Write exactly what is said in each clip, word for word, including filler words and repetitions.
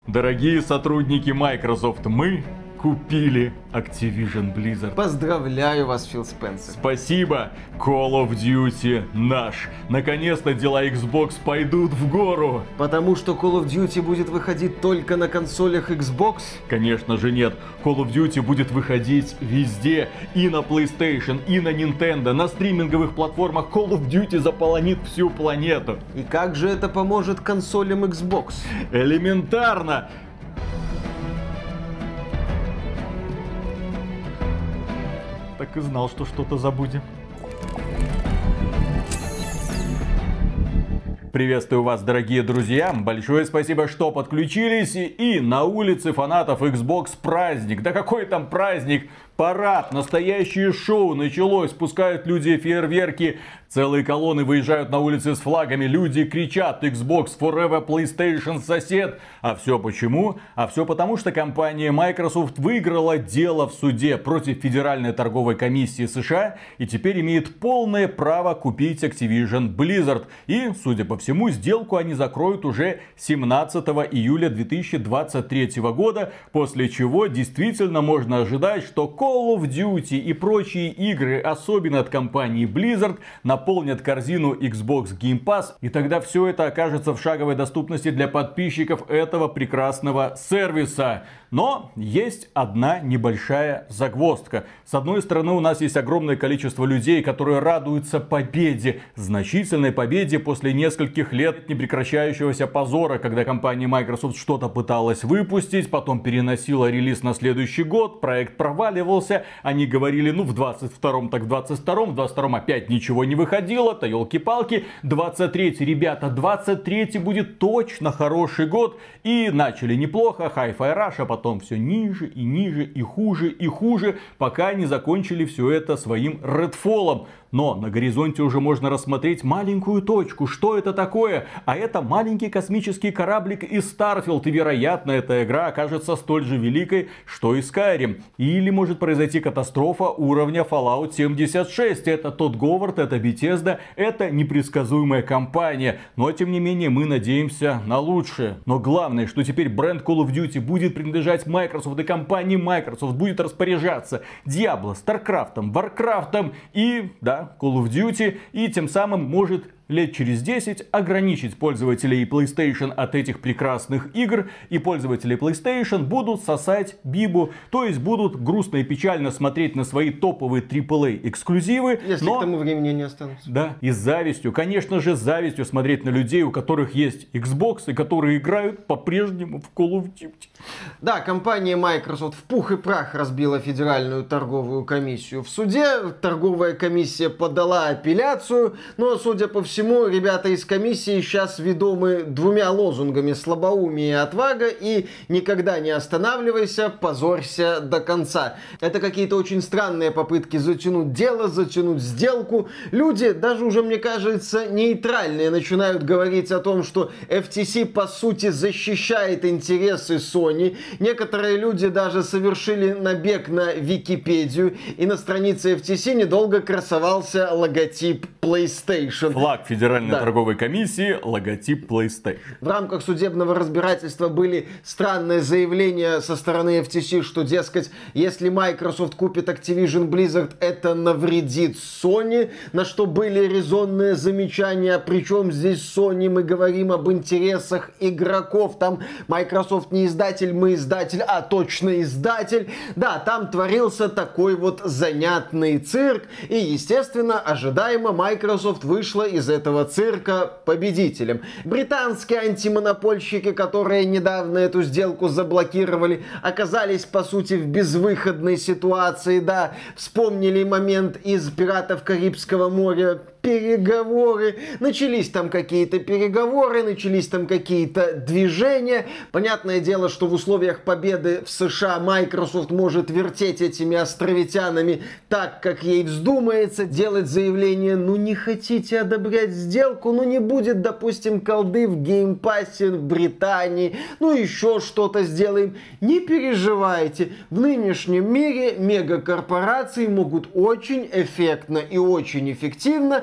Дорогие сотрудники Microsoft, мы купили Activision Blizzard. Поздравляю вас, Фил Спенсер. Спасибо, Call of Duty наш. Наконец-то дела Xbox пойдут в гору. Потому что Call of Duty будет выходить только на консолях Xbox? Конечно же нет. Call of Duty будет выходить везде. И на PlayStation, и на Nintendo. На стриминговых платформах Call of Duty заполонит всю планету. И как же это поможет консолям Xbox? Элементарно. Так и знал, что что-то забудем. Приветствую вас, дорогие друзья. Большое спасибо, что подключились. И на улице фанатов Xbox праздник. Да какой там праздник? Парад, настоящее шоу началось. Пускают люди фейерверки. Целые колонны выезжают на улицы с флагами. Люди кричат: Xbox Forever, PlayStation сосед. А все почему? А все потому, что компания Microsoft выиграла дело в суде против Федеральной торговой комиссии США. И теперь имеет полное право купить Activision Blizzard. И, судя по всему, сделку они закроют уже семнадцатого июля две тысячи двадцать третьего года. После чего действительно можно ожидать, что Call of Duty и прочие игры, особенно от компании Blizzard, наполнят корзину Xbox Game Pass, и тогда все это окажется в шаговой доступности для подписчиков этого прекрасного сервиса. Но есть одна небольшая загвоздка. С одной стороны, у нас есть огромное количество людей, которые радуются победе, значительной победе после нескольких лет непрекращающегося позора, когда компания Microsoft что-то пыталась выпустить, потом переносила релиз на следующий год, проект проваливался, они говорили, ну в двадцать втором, так в двадцать втором, в двадцать втором опять ничего не выходило, то елки-палки, двадцать третий, ребята, двадцать третий будет точно хороший год, и начали неплохо, Hi-Fi Rush, а потом все ниже и ниже и хуже и хуже, пока не закончили все это своим Redfall'ом. Но на горизонте уже можно рассмотреть маленькую точку. Что это такое? А это маленький космический кораблик из Starfield. И вероятно, эта игра окажется столь же великой, что и Skyrim. Или может произойти катастрофа уровня Fallout семьдесят шесть. Это тот Говард, это Bethesda, это непредсказуемая компания. Но тем не менее мы надеемся на лучшее. Но главное, что теперь бренд Call of Duty будет принадлежать Microsoft. И компания Microsoft будет распоряжаться Diablo, StarCraft, Warcraft и, да, Call of Duty, и тем самым может лет через десять ограничить пользователей PlayStation от этих прекрасных игр, и пользователи PlayStation будут сосать бибу, то есть будут грустно и печально смотреть на свои топовые трипл эй эксклюзивы. Если но... к тому времени не останутся. Да, и с завистью, конечно же, с завистью смотреть на людей, у которых есть Xbox и которые играют по-прежнему в Call of Duty. Да, компания Microsoft в пух и прах разбила Федеральную торговую комиссию в суде. Торговая комиссия подала апелляцию, но, судя по всему, Всему, ребята из комиссии сейчас ведомы двумя лозунгами: слабоумие и отвага, и никогда не останавливайся, позорься до конца. Это какие-то очень странные попытки затянуть дело, затянуть сделку. Люди, даже уже, мне кажется, нейтральные, начинают говорить о том, что эф ти си по сути защищает интересы Sony. Некоторые люди даже совершили набег на Википедию, и на странице эф ти си недолго красовался логотип PlayStation. Флаг Федеральной да. торговой комиссии, логотип PlayStation. В рамках судебного разбирательства были странные заявления со стороны эф ти си, что, дескать, если Microsoft купит Activision Blizzard, это навредит Sony, на что были резонные замечания. Причем здесь Sony, мы говорим об интересах игроков. Там Microsoft не издатель, мы издатель, а точно издатель. Да, там творился такой вот занятный цирк. И, естественно, ожидаемо Microsoft вышла из этого этого цирка победителем. Британские антимонопольщики, которые недавно эту сделку заблокировали, оказались, по сути, в безвыходной ситуации. Да, вспомнили момент из «Пиратов Карибского моря». Переговоры. Начались там какие-то переговоры, начались там какие-то движения. Понятное дело, что в условиях победы в США Microsoft может вертеть этими островитянами так, как ей вздумается, делать заявление: ну не хотите одобрять сделку, ну не будет, допустим, колды в геймпассе в Британии, ну еще что-то сделаем. Не переживайте, в нынешнем мире мегакорпорации могут очень эффектно и очень эффективно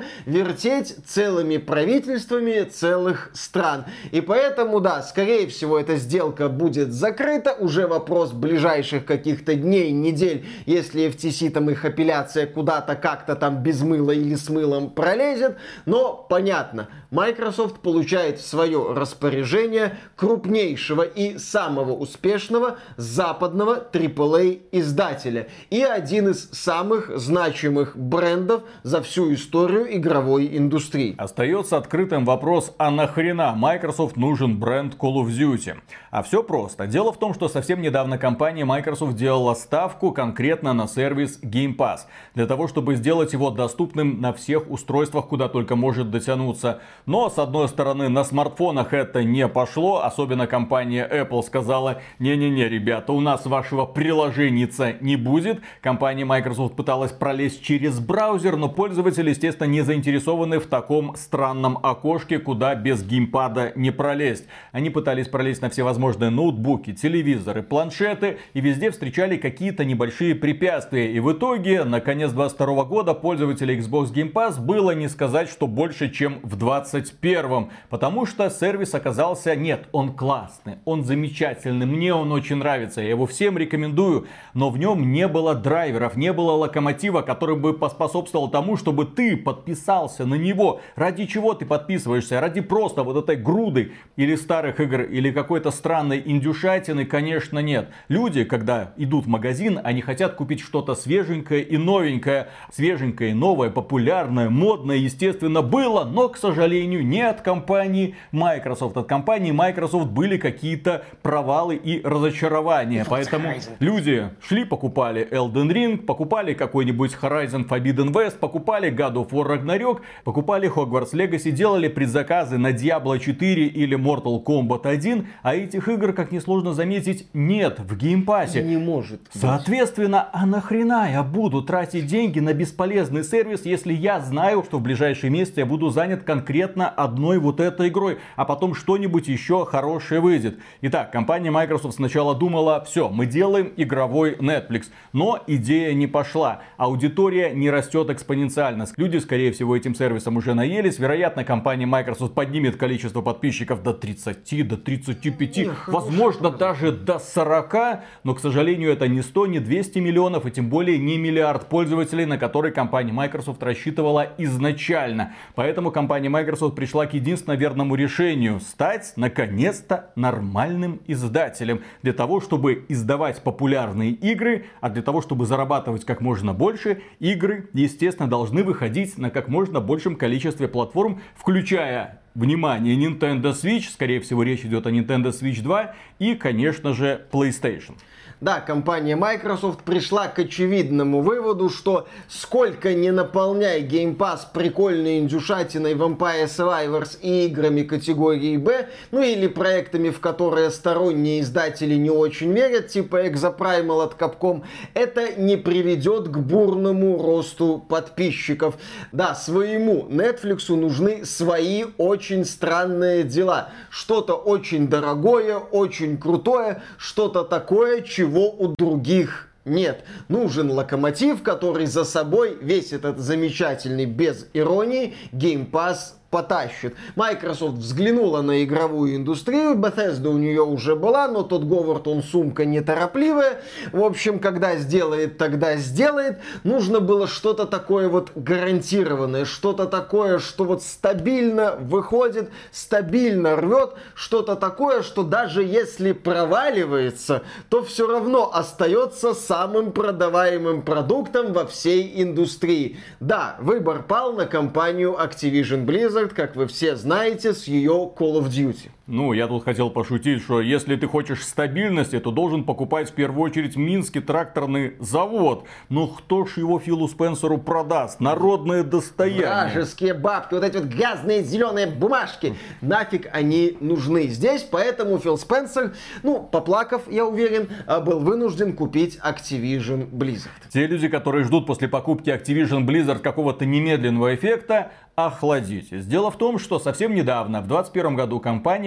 вертеть целыми правительствами целых стран. И поэтому, да, скорее всего, эта сделка будет закрыта. Уже вопрос ближайших каких-то дней, недель, если эф ти си там их апелляция куда-то как-то там без мыла или с мылом пролезет. Но понятно, Microsoft получает в свое распоряжение крупнейшего и самого успешного западного трипл эй издателя и один из самых значимых брендов за всю историю игровой индустрии. Остается открытым вопрос, а нахрена Microsoft нужен бренд Call of Duty? А все просто. Дело в том, что совсем недавно компания Microsoft делала ставку конкретно на сервис Game Pass, для того, чтобы сделать его доступным на всех устройствах, куда только может дотянуться. Но, с одной стороны, на смартфонах это не пошло, особенно компания Apple сказала: не-не-не, ребята, у нас вашего приложеница не будет. Компания Microsoft пыталась пролезть через браузер, но пользователи, естественно, не заинтересованы в таком странном окошке, куда без геймпада не пролезть. Они пытались пролезть на всевозможные ноутбуки, телевизоры, планшеты и везде встречали какие-то небольшие препятствия. И в итоге, на конец двадцать второго года пользователей Xbox Game Pass было не сказать, что больше, чем в двадцать первом. Потому что сервис оказался, нет, он классный, он замечательный, мне он очень нравится, я его всем рекомендую, но в нем не было драйверов, не было локомотива, который бы поспособствовал тому, чтобы ты подписался на него. Ради чего ты подписываешься? Ради просто вот этой груды или старых игр, или какой-то странной индюшатины? Конечно, нет. Люди, когда идут в магазин, они хотят купить что-то свеженькое и новенькое. Свеженькое, новое, популярное, модное, естественно, было, но, к сожалению, не от компании Microsoft. От компании Microsoft были какие-то провалы и разочарования. И поэтому люди шли, покупали Elden Ring, покупали какой-нибудь Horizon Forbidden West, покупали God of War Ragnarok, покупали Hogwarts Legacy, делали предзаказы на Diablo четыре или Mortal Kombat один, а этих игр, как несложно заметить, нет в геймпассе. Не может быть. Соответственно, а нахрена я буду тратить деньги на бесполезный сервис, если я знаю, что в ближайшие месяцы я буду занят конкретно одной вот этой игрой, а потом что-нибудь еще хорошее выйдет. Итак, компания Microsoft сначала думала: все, мы делаем игровой Netflix. Но идея не пошла. Аудитория не растет экспоненциально. Люди, скорее всего, этим сервисом уже наелись. Вероятно, компания Microsoft поднимет количество подписчиков до тридцати, до тридцати пяти, Эх, возможно, даже до сорока. Но, к сожалению, это не сто, не двести миллионов, и тем более не миллиард пользователей, на который компания Microsoft рассчитывала изначально. Поэтому компания Microsoft пришла к единственно верному решению: стать, наконец-то, нормальным издателем. Для того, чтобы издавать популярные игры, а для того, чтобы зарабатывать как можно больше, игры, естественно, должны выходить на как можно большем количестве платформ, включая, внимание, Nintendo Switch, скорее всего речь идет о Nintendo Switch два, и, конечно же, PlayStation. Да, компания Microsoft пришла к очевидному выводу, что сколько не наполняй Game Pass прикольной индюшатиной Vampire Survivors и играми категории Б, ну или проектами, в которые сторонние издатели не очень верят, типа Exoprimal от Capcom, это не приведет к бурному росту подписчиков. Да, своему Netflix нужны свои очень странные дела. Что-то очень дорогое, очень крутое, что-то такое, чего у других нет. Нужен локомотив, который за собой весь этот замечательный, без иронии, Game Pass потащит. Microsoft взглянула на игровую индустрию, Bethesda у нее уже была, но тот Говард, он сумка неторопливая. В общем, когда сделает, тогда сделает. Нужно было что-то такое вот гарантированное, что-то такое, что вот стабильно выходит, стабильно рвет, что-то такое, что даже если проваливается, то все равно остается самым продаваемым продуктом во всей индустрии. Да, выбор пал на компанию Activision Blizzard, как вы все знаете, с ее Call of Duty. Ну, я тут хотел пошутить, что если ты хочешь стабильности, то должен покупать в первую очередь Минский тракторный завод. Но кто ж его Филу Спенсеру продаст? Народное достояние. Вражеские бабки, вот эти вот грязные зеленые бумажки. Нафиг они нужны здесь, поэтому Фил Спенсер, ну, поплакав, я уверен, был вынужден купить Activision Blizzard. Те люди, которые ждут после покупки Activision Blizzard какого-то немедленного эффекта, охладитесь. Дело в том, что совсем недавно, в двадцать первом году, компания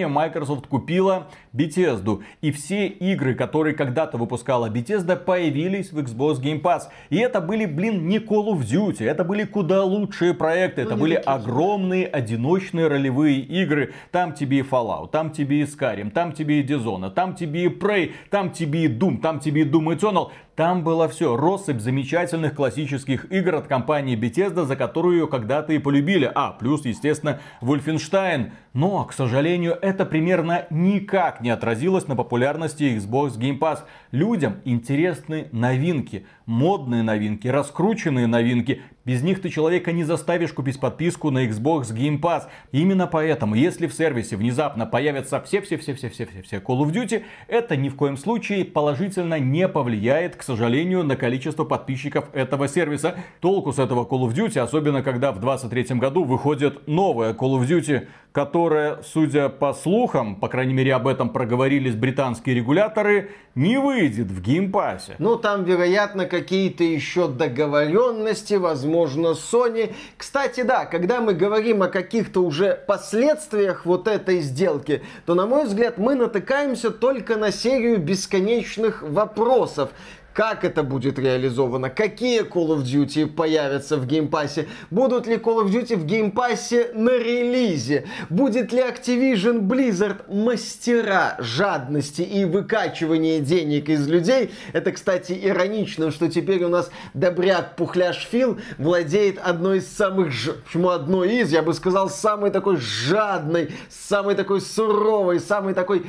Microsoft купила Bethesda. И все игры, которые когда-то выпускала Bethesda, появились в Xbox Game Pass. И это были, блин, не Call of Duty, это были куда лучшие проекты. Это ну, были огромные одиночные ролевые игры. Там тебе и Fallout, там тебе и Skyrim, там тебе и Dishonored, там тебе и Prey, там тебе и Doom, там тебе и Doom Eternal. Там было все. Россыпь замечательных классических игр от компании Bethesda, за которую ее когда-то и полюбили. А, плюс, естественно, Wolfenstein. Но, к сожалению, это примерно никак не отразилось на популярности Xbox Game Pass. Людям интересны новинки, модные новинки, раскрученные новинки. Без них ты человека не заставишь купить подписку на Xbox Game Pass. И именно поэтому, если в сервисе внезапно появятся все-все-все-все-все-все Call of Duty, это ни в коем случае положительно не повлияет, к сожалению, на количество подписчиков этого сервиса. Толку с этого Call of Duty, особенно когда в двадцать третьем году выходит новая Call of Duty, которая, судя по слухам, по крайней мере об этом проговорились британские регуляторы, не выйдет в геймпассе. Ну там, вероятно, какие-то еще договоренности, возможно, Sony. Кстати, да, когда мы говорим о каких-то уже последствиях вот этой сделки, то, на мой взгляд, мы натыкаемся только на серию бесконечных вопросов. Как это будет реализовано? Какие Call of Duty появятся в геймпассе? Будут ли Call of Duty в геймпассе на релизе? Будет ли Activision Blizzard мастера жадности и выкачивания денег из людей? Это, кстати, иронично, что теперь у нас добряк Пухляш Фил владеет одной из самых... Ж... Почему одной из? Я бы сказал, самой такой жадной, самой такой суровой, самой такой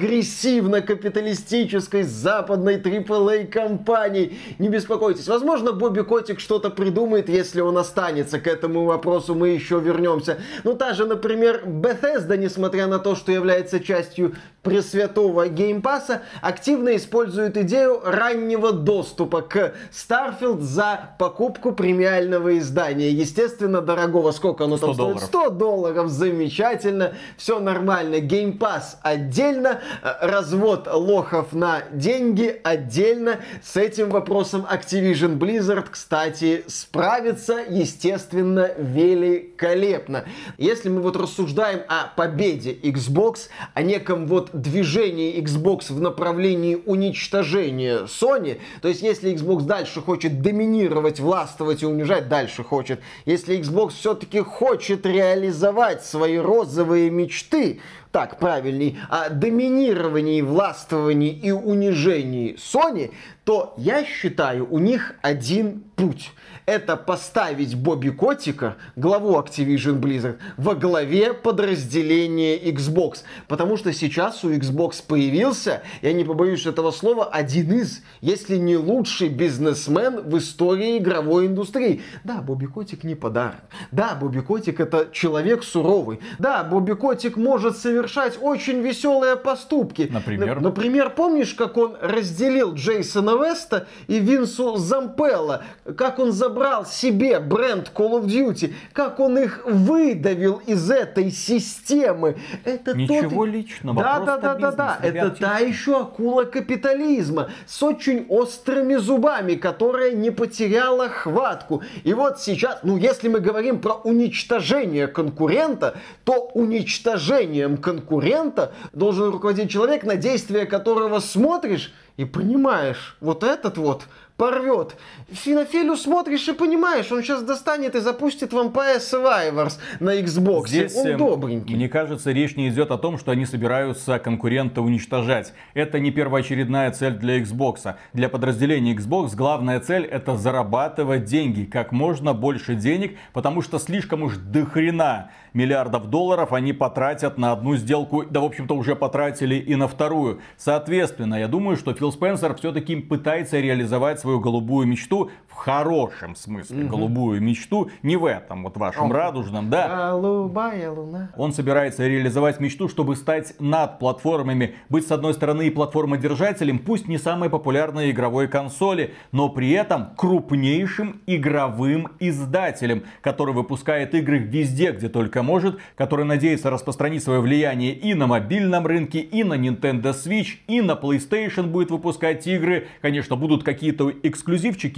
агрессивно-капиталистической западной трипл эй компании. Компаний. Не беспокойтесь. Возможно, Бобби Котик что-то придумает, если он останется. К этому вопросу мы еще вернемся. Ну, та же, например, Bethesda, несмотря на то, что является частью пресвятого геймпасса, активно использует идею раннего доступа к Starfield за покупку премиального издания. Естественно, дорогого. Сколько оно там стоит? сто долларов. Замечательно. Все нормально. Геймпасс отдельно. Развод лохов на деньги отдельно. С этим вопросом Activision Blizzard, кстати, справится, естественно, великолепно. Если мы вот рассуждаем о победе Xbox, о неком вот движении Xbox в направлении уничтожения Sony, то есть если Xbox дальше хочет доминировать, властвовать и унижать, дальше хочет, если Xbox все-таки хочет реализовать свои розовые мечты, так правильней, о доминировании, властвовании и унижении Sony, то я считаю, у них один путь. Это поставить Бобби Котика, главу Activision Blizzard, во главе подразделения Xbox. Потому что сейчас у Xbox появился, я не побоюсь этого слова, один из, если не лучший бизнесмен в истории игровой индустрии. Да, Бобби Котик не подарок. Да, Бобби Котик это человек суровый. Да, Бобби Котик может совершать очень веселые поступки. Например? Например, помнишь, как он разделил Джейсона Веста и Винсу Зампелла? Как он забрал себе бренд Call of Duty? Как он их выдавил из этой системы? Это Ничего тот... личного, да, просто да, да, бизнес, да, да. ребят, Это та еще акула капитализма с очень острыми зубами, которая не потеряла хватку. И вот сейчас, ну если мы говорим про уничтожение конкурента, то уничтожением конкурента должен руководить человек, на действия которого смотришь и понимаешь, вот этот вот порвет. Финофилю смотришь и понимаешь, он сейчас достанет и запустит Vampire Survivors на Xbox. Здесь, он добренький. Мне кажется, речь не идет о том, что они собираются конкурента уничтожать. Это не первоочередная цель для Xbox. Для подразделения Xbox главная цель это зарабатывать деньги. Как можно больше денег, потому что слишком уж дохрена миллиардов долларов они потратят на одну сделку. Да, в общем-то, уже потратили и на вторую. Соответственно, я думаю, что Фил Спенсер все-таки пытается реализовать свою голубую мечту в хорошем смысле. Угу. Голубую мечту, не в этом вот вашем О, радужном, да. Голубая луна. Он собирается реализовать мечту, чтобы стать над платформами, быть с одной стороны и платформодержателем, пусть не самой популярной игровой консоли, но при этом крупнейшим игровым издателем, который выпускает игры везде, где только может, который надеется распространить свое влияние и на мобильном рынке, и на Nintendo Switch, и на PlayStation будет выпускать игры. Конечно, будут какие-то эксклюзивчики у Xbox,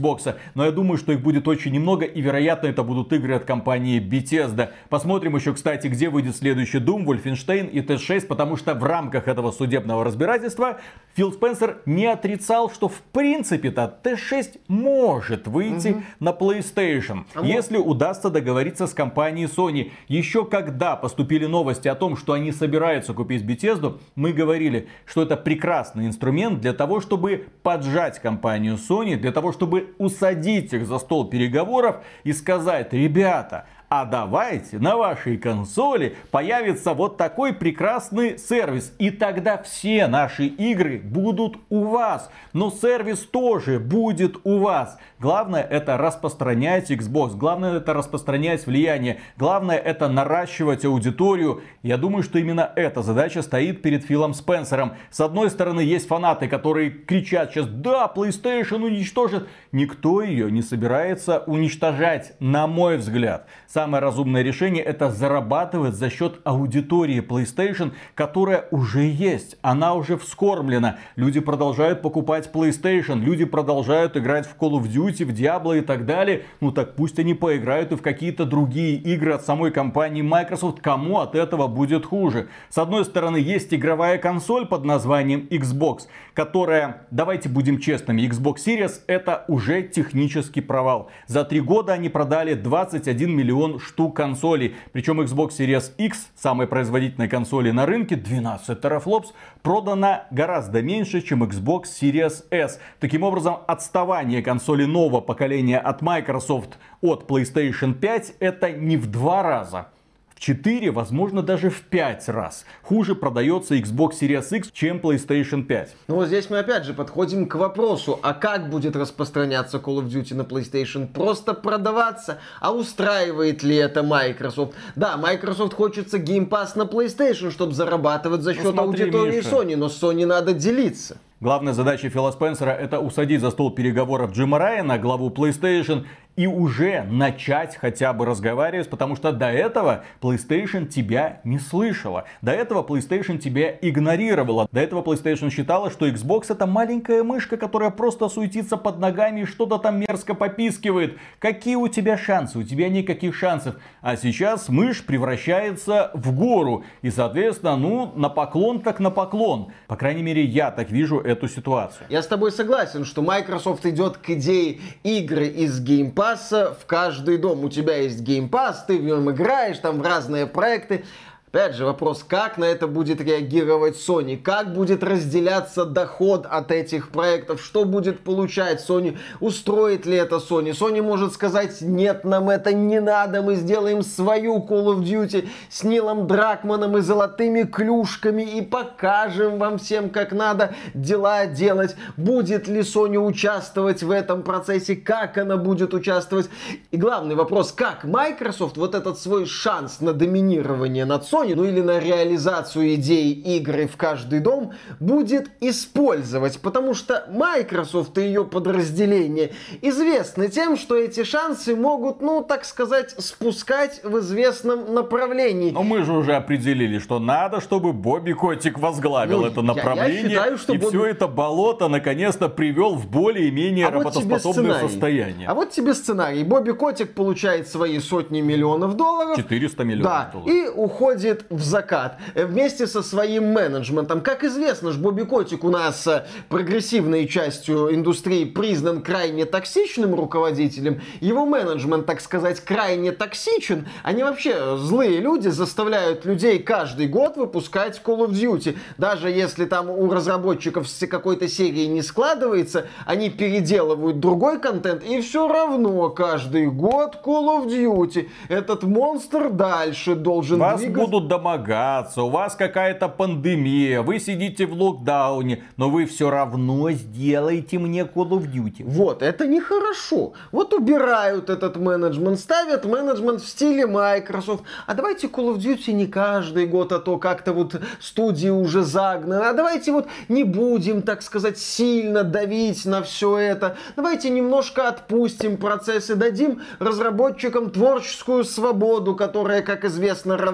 Xbox. Но я думаю, что их будет очень немного, и, вероятно, это будут игры от компании Bethesda. Посмотрим еще, кстати, где выйдет следующий Doom, Wolfenstein и Т шесть, потому что в рамках этого судебного разбирательства Фил Спенсер не отрицал, что в принципе-то Т шесть может выйти угу. на PlayStation, а если может... удастся договориться с компанией Sony. Еще когда поступили новости о том, что они собираются купить Bethesda, мы говорили, что это прекрасный инструмент для того, чтобы поджать компанию Sony, для того, чтобы усадить их за стол переговоров и сказать: ребята, а давайте на вашей консоли появится вот такой прекрасный сервис. И тогда все наши игры будут у вас. Но сервис тоже будет у вас. Главное это распространять Xbox. Главное это распространять влияние. Главное это наращивать аудиторию. Я думаю, что именно эта задача стоит перед Филом Спенсером. С одной стороны есть фанаты, которые кричат сейчас: да, PlayStation уничтожит. Никто ее не собирается уничтожать, на мой взгляд. Самое разумное решение — это зарабатывать за счет аудитории PlayStation, которая уже есть. Она уже вскормлена. Люди продолжают покупать PlayStation. Люди продолжают играть в Call of Duty, в Diablo и так далее. Ну так пусть они поиграют и в какие-то другие игры от самой компании Microsoft. Кому от этого будет хуже? С одной стороны есть игровая консоль под названием Xbox, которая, давайте будем честными, Xbox Series — это уже технический провал. За три года они продали двадцать один миллион штук консолей. Причем Xbox Series X, самой производительной консоли на рынке, двенадцать терафлопс, продано гораздо меньше, чем Xbox Series S. Таким образом, отставание консоли нового поколения от Microsoft от PlayStation пять — это не в два раза, в четыре, возможно, даже в пять раз хуже продается Xbox Series X, чем PlayStation пять. Ну вот здесь мы опять же подходим к вопросу, а как будет распространяться Call of Duty на PlayStation? Просто продаваться? А устраивает ли это Microsoft? Да, Microsoft хочется Game Pass на PlayStation, чтобы зарабатывать за счет ну, смотри, аудитории Миша. Sony, но Sony надо делиться. Главная задача Фила Спенсера — это усадить за стол переговоров Джима Райана, главу PlayStation, и уже начать хотя бы разговаривать, потому что до этого PlayStation тебя не слышала. До этого PlayStation тебя игнорировала. До этого PlayStation считала, что Xbox — это маленькая мышка, которая просто суетится под ногами и что-то там мерзко попискивает. Какие у тебя шансы? У тебя никаких шансов. А сейчас мышь превращается в гору. И, соответственно, ну, на поклон так на поклон. По крайней мере, я так вижу эту ситуацию. Я с тобой согласен, что Microsoft идет к идее игры из Game Pass в каждый дом. У тебя есть Game Pass, ты в нем играешь, там в разные проекты. Опять же вопрос, как на это будет реагировать Sony, как будет разделяться доход от этих проектов, что будет получать Sony, устроит ли это Sony. Sony может сказать: нет, нам это не надо, мы сделаем свою Call of Duty с Нилом Дракманом и золотыми клюшками и покажем вам всем, как надо дела делать. Будет ли Sony участвовать в этом процессе, как она будет участвовать. И главный вопрос, как Microsoft вот этот свой шанс на доминирование над Sony, ну или на реализацию идеи игры в каждый дом, будет использовать. Потому что Microsoft и ее подразделения известны тем, что эти шансы могут, ну так сказать, спускать в известном направлении. Но мы же уже определили, что надо, чтобы Бобби Котик возглавил ну, это направление. Я, я считаю, что и Бобби... все это болото наконец-то привел в более-менее а работоспособное вот состояние. А вот тебе сценарий. Бобби Котик получает свои сотни миллионов долларов. четыреста миллионов да, долларов. И уходит в закат вместе со своим менеджментом. Как известно, ж Бобби Котик у нас прогрессивной частью индустрии признан крайне токсичным руководителем. Его менеджмент, так сказать, крайне токсичен. Они вообще злые люди, заставляют людей каждый год выпускать Call of Duty. Даже если там у разработчиков с какой-то серии не складывается, они переделывают другой контент, и все равно каждый год Call of Duty. Этот монстр дальше должен Вас двигаться. Будут домогаться, у вас какая-то пандемия, вы сидите в локдауне, но вы все равно сделаете мне Call of Duty. Вот, это нехорошо. Вот убирают этот менеджмент, ставят менеджмент в стиле Microsoft. А давайте Call of Duty не каждый год, а то как-то вот студии уже загнаны. А давайте вот не будем, так сказать, сильно давить на все это. Давайте немножко отпустим процессы, дадим разработчикам творческую свободу, которая, как известно, равняется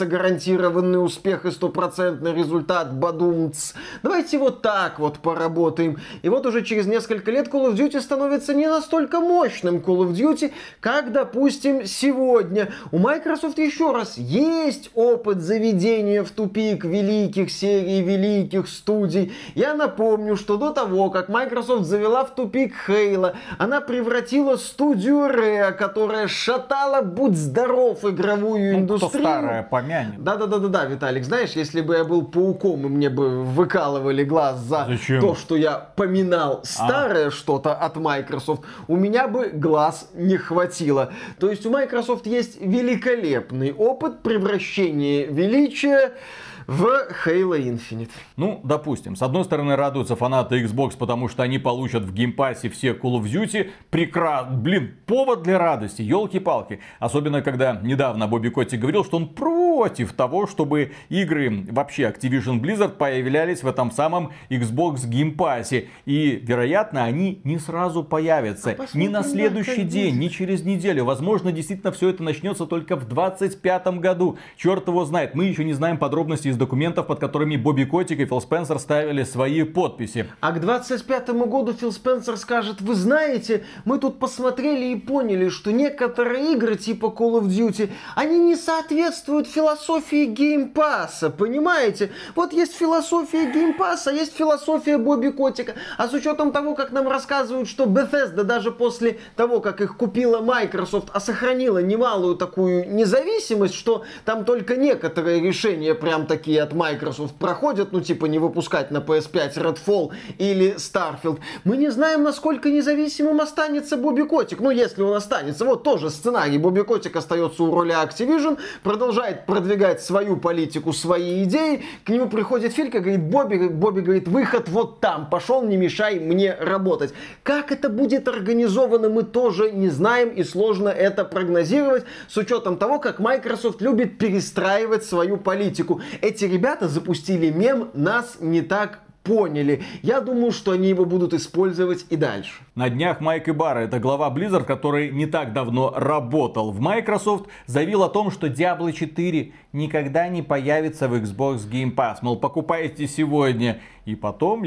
называется гарантированный успех и стопроцентный результат, бадумц. Давайте вот так вот поработаем. И вот уже через несколько лет Call of Duty становится не настолько мощным Call of Duty, как, допустим, сегодня. У Microsoft, еще раз, есть опыт заведения в тупик великих серий, великих студий. Я напомню, что до того, как Microsoft завела в тупик Halo, она превратила студию Rare, которая шатала, будь здоров, игровую ну, индустрию. Кто старая помянет. Да-да-да-да, Виталик, знаешь, если бы я был пауком, и мне бы выкалывали глаз за Зачем? то, что я поминал старое а? что-то от Microsoft, у меня бы глаз не хватило. То есть у Microsoft есть великолепный опыт превращения величия в Halo Infinite. Ну, допустим, с одной стороны радуются фанаты Xbox, потому что они получат в геймпассе все Call of Duty. Прекрасно. Блин, повод для радости, елки-палки. Особенно, когда недавно Бобби Котти говорил, что он против того, чтобы игры вообще Activision Blizzard появлялись в этом самом Xbox геймпассе. И, вероятно, они не сразу появятся. А ни на следующий день, ни через неделю. Возможно, действительно все это начнется только в двадцать пятом году. Черт его знает. Мы еще не знаем подробностей из документов, под которыми Бобби Котик и Фил Спенсер ставили свои подписи. А к двадцать пятому году Фил Спенсер скажет: вы знаете, мы тут посмотрели и поняли, что некоторые игры типа Call of Duty, они не соответствуют философии геймпасса, понимаете? Вот есть философия геймпасса, есть философия Бобби Котика. А с учетом того, как нам рассказывают, что Bethesda даже после того, как их купила Microsoft, а сохранила немалую такую независимость, что там только некоторые решения прям такие от Microsoft проходят, ну типа не выпускать на пи эс пять Redfall или Starfield. Мы не знаем, насколько независимым останется Бобби Котик. Ну если он останется. Вот тоже сценарий. Бобби Котик остается у роли Activision, продолжает продвигать свою политику, свои идеи. К нему приходит Филька, говорит: Бобби, Бобби говорит, выход вот там, пошел, не мешай мне работать. Как это будет организовано, мы тоже не знаем, и сложно это прогнозировать с учетом того, как Microsoft любит перестраивать свою политику. Эти ребята запустили мем «Нас не так поняли». Я думаю, что они его будут использовать и дальше. На днях Майк Ибарра, это глава Blizzard, который не так давно работал в Microsoft, заявил о том, что Диабло четыре никогда не появится в Xbox Game Pass. Мол, покупайте сегодня. И потом,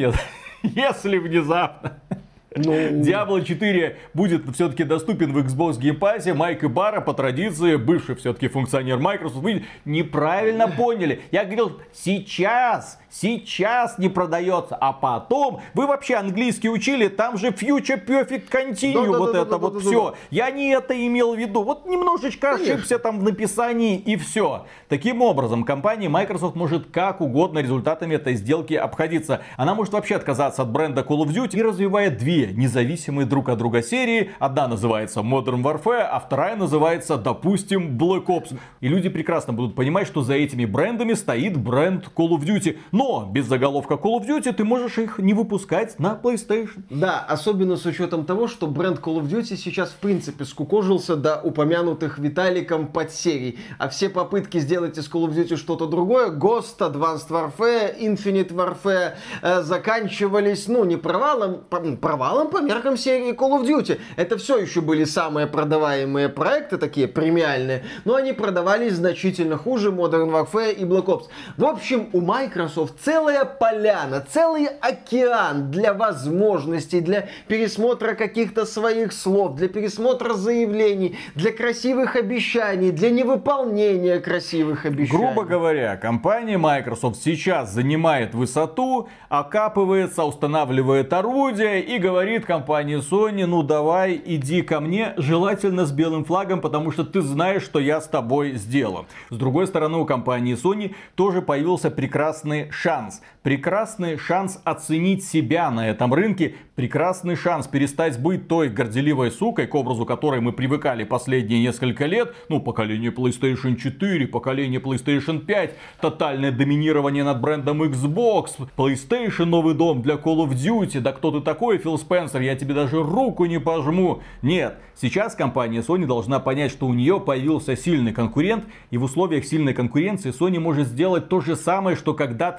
если внезапно Ну... Диабло четыре будет все-таки доступен в Xbox Game Pass, Майк Ибарра, по традиции, бывший все-таки функционер Microsoft, вы неправильно поняли. Я говорил, сейчас, сейчас не продается, а потом, вы вообще английский учили, там же Future Perfect Continue, да, вот да, это да, вот да, все. Да, да. Я не это имел в виду, вот немножечко Конечно. ошибся там в написании и все. Таким образом, компания Microsoft может как угодно результатами этой сделки обходиться. Она может вообще отказаться от бренда Call of Duty и развивает две независимые друг от друга серии. Одна называется Modern Warfare, а вторая называется, допустим, Black Ops. И люди прекрасно будут понимать, что за этими брендами стоит бренд Call of Duty. Но без заголовка Call of Duty ты можешь их не выпускать на PlayStation. Да, особенно с учетом того, что бренд Call of Duty сейчас в принципе скукожился до упомянутых Виталиком подсерий. А все попытки сделать из Call of Duty что-то другое, Ghost, Advanced Warfare, Infinite Warfare, э, заканчивались, ну, не провалом, провалом по меркам серии Call of Duty. Это все еще были самые продаваемые проекты, такие премиальные, но они продавались значительно хуже Modern Warfare и Black Ops. В общем, у Microsoft целая поляна, целый океан для возможностей, для пересмотра каких-то своих слов, для пересмотра заявлений, для красивых обещаний, для невыполнения красивых обещаний. Грубо говоря, компания Microsoft сейчас занимает высоту, окапывается, устанавливает орудия и говорит компании Sony: ну давай, иди ко мне, желательно с белым флагом, потому что ты знаешь, что я с тобой сделаю. С другой стороны, у компании Sony тоже появился прекрасный шанс. Прекрасный шанс оценить себя на этом рынке. Прекрасный шанс перестать быть той горделивой сукой, к образу которой мы привыкали последние несколько лет. Ну, поколение PlayStation четыре, поколение PlayStation пять, тотальное доминирование над брендом Xbox, PlayStation новый дом для Call of Duty. Да кто ты такой, Фил Спенсер, я тебе даже руку не пожму. Нет, сейчас компания Sony должна понять, что у нее появился сильный конкурент. И в условиях сильной конкуренции Sony может сделать то же самое, что когда-то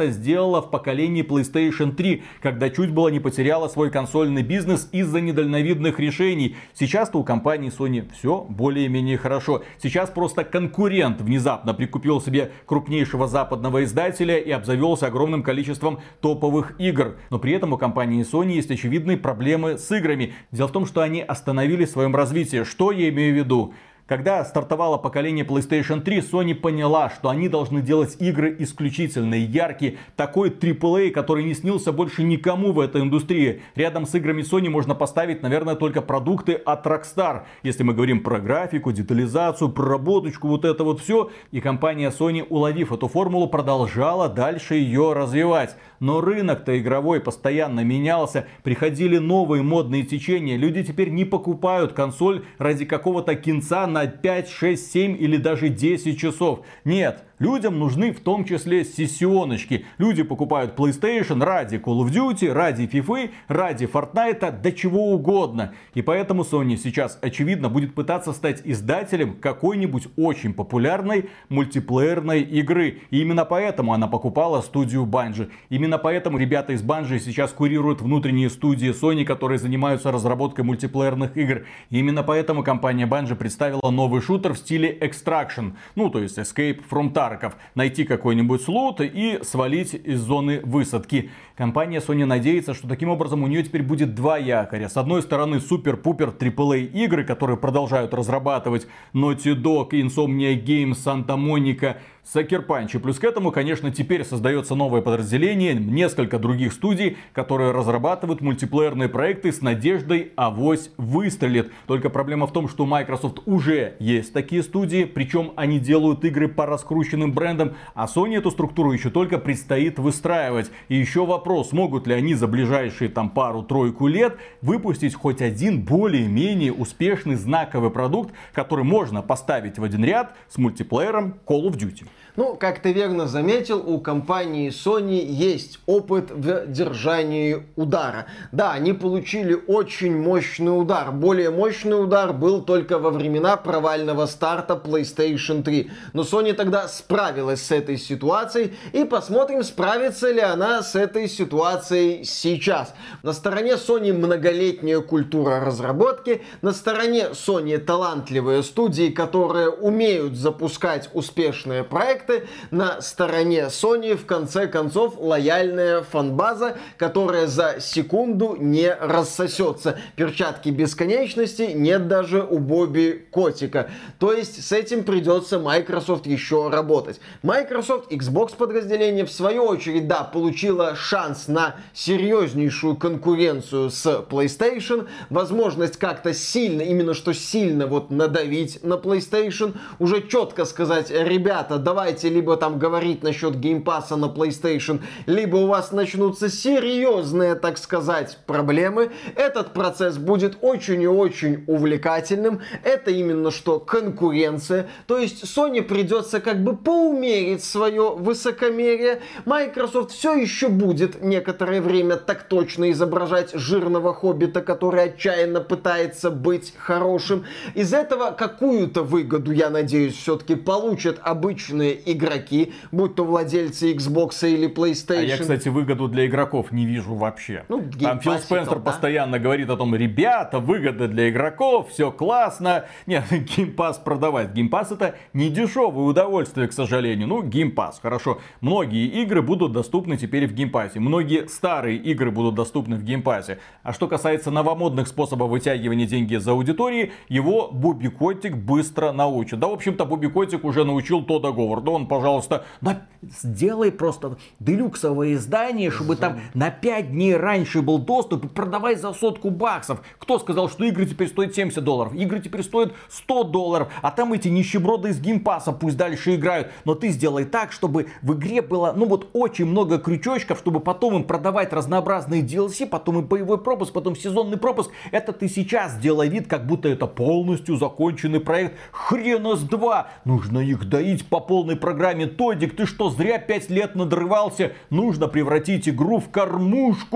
это сделала в поколении плейстейшн три, когда чуть было не потеряла свой консольный бизнес из-за недальновидных решений. Сейчас-то у компании Sony все более-менее хорошо. Сейчас просто конкурент внезапно прикупил себе крупнейшего западного издателя и обзавелся огромным количеством топовых игр. Но при этом у компании Sony есть очевидные проблемы с играми. Дело в том, что они остановили в своем развитии. Что я имею в виду? Когда стартовало поколение плейстейшн три, Sony поняла, что они должны делать игры исключительные, яркие. Такой трипл эй, который не снился больше никому в этой индустрии. Рядом с играми Sony можно поставить, наверное, только продукты от Rockstar. Если мы говорим про графику, детализацию, проработочку, вот это вот все. И компания Sony, уловив эту формулу, продолжала дальше ее развивать. Но рынок-то игровой постоянно менялся. Приходили новые модные течения. Люди теперь не покупают консоль ради какого-то кинца на пять, шесть, семь или даже десять часов. Нет. Людям нужны в том числе сессионочки. Люди покупают PlayStation ради Call of Duty, ради FIFA, ради Fortnite, да чего угодно. И поэтому Sony сейчас, очевидно, будет пытаться стать издателем какой-нибудь очень популярной мультиплеерной игры. И именно поэтому она покупала студию Bungie. Именно поэтому ребята из Bungie сейчас курируют внутренние студии Sony, которые занимаются разработкой мультиплеерных игр. И именно поэтому компания Bungie представила новый шутер в стиле Extraction. Ну, то есть Escape from Tarkov. Найти какой-нибудь слот и свалить из зоны высадки. Компания Sony надеется, что таким образом у нее теперь будет два якоря. С одной стороны супер-пупер трипл эй игры, которые продолжают разрабатывать Naughty Dog, Insomnia Games, Santa Monica, Sucker Punch. И плюс к этому, конечно, теперь создается новое подразделение, несколько других студий, которые разрабатывают мультиплеерные проекты с надеждой авось выстрелит. Только проблема в том, что у Microsoft уже есть такие студии, причем они делают игры по раскрученным брендам, а Sony эту структуру еще только предстоит выстраивать. И еще вопрос, смогут ли они за ближайшие там пару-тройку лет выпустить хоть один более-менее успешный знаковый продукт, который можно поставить в один ряд с мультиплеером Call of Duty. Ну, как ты верно заметил, у компании Sony есть опыт в держании удара. Да, они получили очень мощный удар. Более мощный удар был только во времена провального старта PlayStation три. Но Sony тогда справилась с этой ситуацией. И посмотрим, справится ли она с этой ситуацией сейчас. На стороне Sony многолетняя культура разработки. На стороне Sony талантливые студии, которые умеют запускать успешные проекты. На стороне Sony, в конце концов, лояльная фанбаза, которая за секунду не рассосется. Перчатки бесконечности нет даже у Бобби Котика. То есть с этим придется Microsoft еще работать. Microsoft, Xbox подразделение, в свою очередь, да, получила шанс на серьезнейшую конкуренцию с PlayStation, возможность как-то сильно, именно что сильно вот надавить на PlayStation, уже четко сказать: ребята, давайте либо там говорить насчет геймпасса на PlayStation, либо у вас начнутся серьезные, так сказать, проблемы. Этот процесс будет очень и очень увлекательным. Это именно что конкуренция. То есть Sony придется как бы поумерить свое высокомерие. Microsoft все еще будет некоторое время так точно изображать жирного хоббита, который отчаянно пытается быть хорошим. Из этого какую-то выгоду, я надеюсь, все-таки получат обычные игроки, будь то владельцы Xbox или PlayStation. А я, кстати, выгоду для игроков не вижу вообще. Ну, там Фил Спенсер да? постоянно говорит о том: ребята, выгода для игроков, все классно. Нет, геймпасс продавать. Геймпасс — это не дешевое удовольствие, к сожалению. Ну, геймпасс, хорошо. Многие игры будут доступны теперь в геймпассе. Многие старые игры будут доступны в геймпассе. А что касается новомодных способов вытягивания деньги за аудитории, его Бобби Котик быстро научит. Да, в общем-то, Бобби Котик уже научил Тодда Говарда. Он, пожалуйста, да, сделай просто делюксовое издание, чтобы там на пять дней раньше был доступ, и продавай за сотку баксов. Кто сказал, что игры теперь стоят семьдесят долларов? Игры теперь стоят сто долларов, а там эти нищеброды из геймпасса пусть дальше играют. Но ты сделай так, чтобы в игре было, ну вот, очень много крючочков, чтобы потом им продавать разнообразные ди эл си, потом и боевой пропуск, потом сезонный пропуск. Это ты сейчас делай вид, как будто это полностью законченный проект. Хрена с два! Нужно их доить по полной программе. Тодик, ты что, зря пять лет надрывался? Нужно превратить игру в кормушку.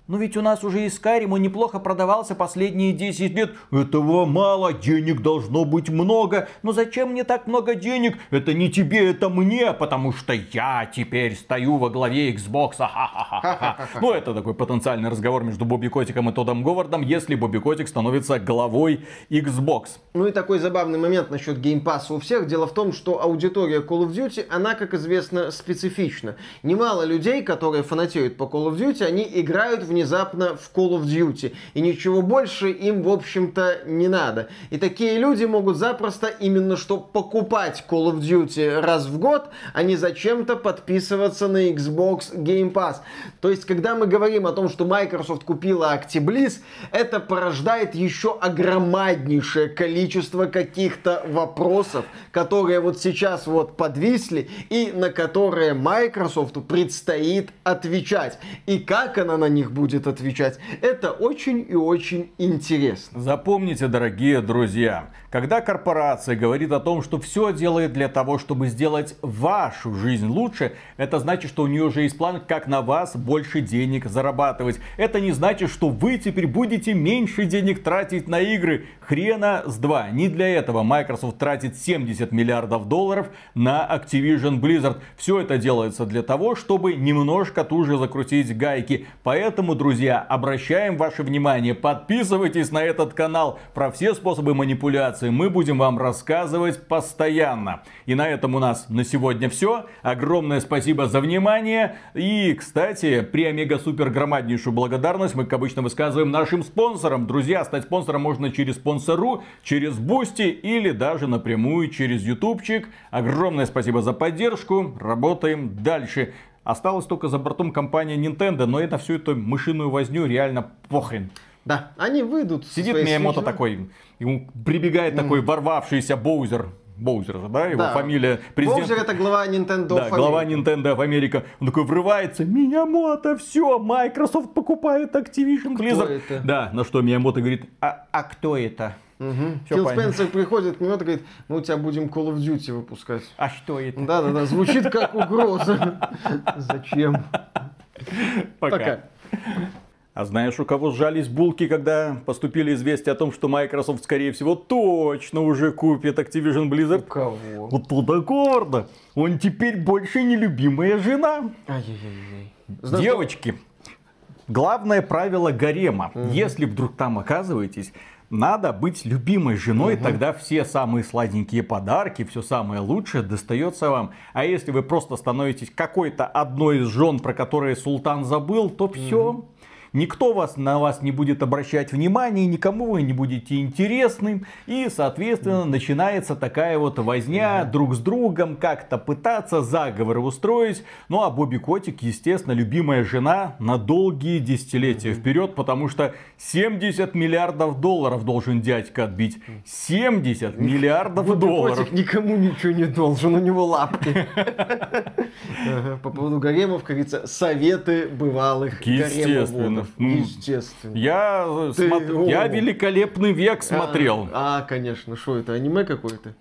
Но ведь у нас уже и Skyrim, он неплохо продавался последние десять лет. Этого мало, денег должно быть много. Но зачем мне так много денег? Это не тебе, это мне, потому что я теперь стою во главе Xbox. Ха-ха-ха-ха. Ну, это такой потенциальный разговор между Бобби Котиком и Тоддом Говардом, если Бобби Котик становится главой Xbox. Ну и такой забавный момент насчет геймпасса у всех. Дело в том, что аудитория Call of Duty, она, как известно, специфична. Немало людей, которые фанатеют по Call of Duty, они играют в внезапно в Call of Duty. И ничего больше им, в общем-то, не надо. И такие люди могут запросто именно что покупать Call of Duty раз в год, а не зачем-то подписываться на Xbox Game Pass. То есть, когда мы говорим о том, что Microsoft купила Actibliz, это порождает еще огромнейшее количество каких-то вопросов, которые вот сейчас вот подвисли и на которые Microsoft предстоит отвечать. И как она на них будет будет отвечать. Это очень и очень интересно. Запомните, дорогие друзья, когда корпорация говорит о том, что все делает для того, чтобы сделать вашу жизнь лучше, это значит, что у нее уже есть план, как на вас больше денег зарабатывать. Это не значит, что вы теперь будете меньше денег тратить на игры. Хрена с два. Не для этого Microsoft тратит семьдесят миллиардов долларов на Activision Blizzard. Все это делается для того, чтобы немножко туже закрутить гайки. Поэтому, друзья, обращаем ваше внимание, подписывайтесь на этот канал. Про все способы манипуляции мы будем вам рассказывать постоянно. И на этом у нас на сегодня все. Огромное спасибо за внимание. И, кстати, при омега-супер громаднейшую благодарность мы, как обычно, высказываем нашим спонсорам. Друзья, стать спонсором можно через спонсору, через Бусти или даже напрямую через ютубчик. Огромное спасибо за поддержку. Работаем дальше. Осталось только за бортом компания Nintendo, но это всю эту мышиную возню реально похрен. Да, они выйдут. Сидит Миямото такой, ему прибегает mm. такой ворвавшийся Боузер. Боузер, да, его да. фамилия. Президент... Боузер — это глава Nintendo да, глава Nintendo в Америке. Он такой врывается: Миямото, все, Microsoft покупает Activision Blizzard. Кто это? Да, на что Миямото говорит: а, а кто это? Угу. Фил Спенсер приходит к нему и говорит: мы у тебя будем Call of Duty выпускать. А что это? Да-да-да, звучит как угроза. Зачем? Пока. А знаешь, у кого сжались булки, когда поступили известия о том, что Microsoft, скорее всего, точно уже купит Activision Blizzard? У кого? У Тодда Говарда. Он теперь больше нелюбимая жена. Ай-яй-яй. Девочки, главное правило гарема. Угу. Если вдруг там оказываетесь, надо быть любимой женой, угу. тогда все самые сладенькие подарки, все самое лучшее достается вам. А если вы просто становитесь какой-то одной из жен, про которые султан забыл, то все. Угу. Никто вас, на вас не будет обращать внимания, никому вы не будете интересным. И, соответственно, mm. начинается такая вот возня mm. друг с другом, как-то пытаться заговоры устроить. Ну, а Бобби Котик, естественно, любимая жена на долгие десятилетия mm. вперед, потому что семьдесят миллиардов долларов должен дядька отбить. семьдесят миллиардов Бобби долларов. Котик никому ничего не должен, у него лапки. По поводу гаремов, как говорится, советы бывалых гаремоводов. Естественно. Я, Ты, смотр... я великолепный век смотрел. А, а конечно, что это, аниме какое-то?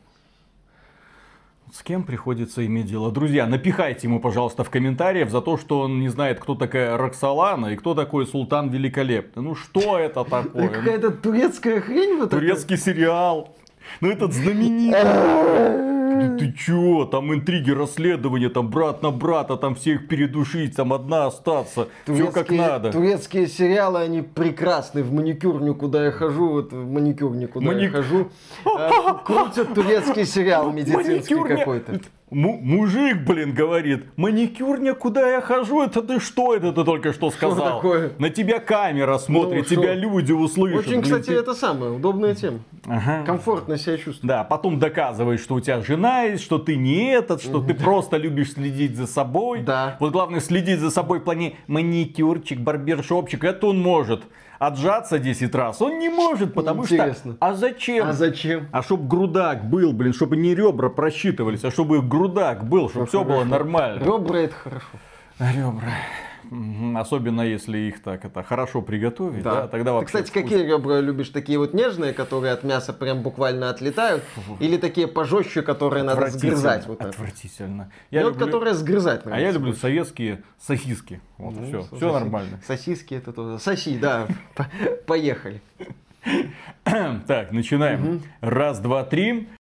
С кем приходится иметь дело? Друзья, напихайте ему, пожалуйста, в комментариях за то, что он не знает, кто такая Роксолана и кто такой Султан Великолепный. Ну что это такое? Какая-то турецкая хрень вот такая? Турецкий сериал. Ну этот знаменитый. Ну ты чё, там интриги, расследования, там брат на брата, там всех передушить, там одна остаться, все как надо. Турецкие сериалы, они прекрасны. В маникюрню, куда я хожу, вот в маникюрню, куда Маник... я хожу, крутят турецкий сериал медицинский какой-то. Мужик, блин, говорит: маникюрня, куда я хожу, это ты что это ты только что сказал? Что такое? На тебя камера смотрит, ну, тебя люди услышат. Очень, блин, кстати, ты... это самая удобная тема. Ага. Комфортно себя чувствуешь. Да, потом доказываешь, что у тебя жена есть, что ты не этот, что ты просто любишь следить за собой. Да. Вот главное следить за собой в плане маникюрчик, барбершопчик, это он может. Отжаться десять раз он не может, потому Интересно. что... А зачем? А зачем? А чтобы грудак был, блин, чтобы не ребра просчитывались, а чтобы грудак был, чтобы все было нормально. Ребра — это хорошо. Ребра. Мгм. Особенно если их так это хорошо приготовить, да, Да. тогда Ты, вообще кстати, вкусно. какие ребра любишь? Такие вот нежные, которые от мяса прям буквально отлетают? Или такие пожестче, которые надо Отвратительно, сгрызать? Вот так вот? отвратительно. Мне Я вот люблю- которые сгрызать А нравится я люблю больше. советские сосиски. Вот, Ну, все, соси- все нормально. Сосиски это тоже. Соси, да. По- Поехали. Так, начинаем. Раз, два, три.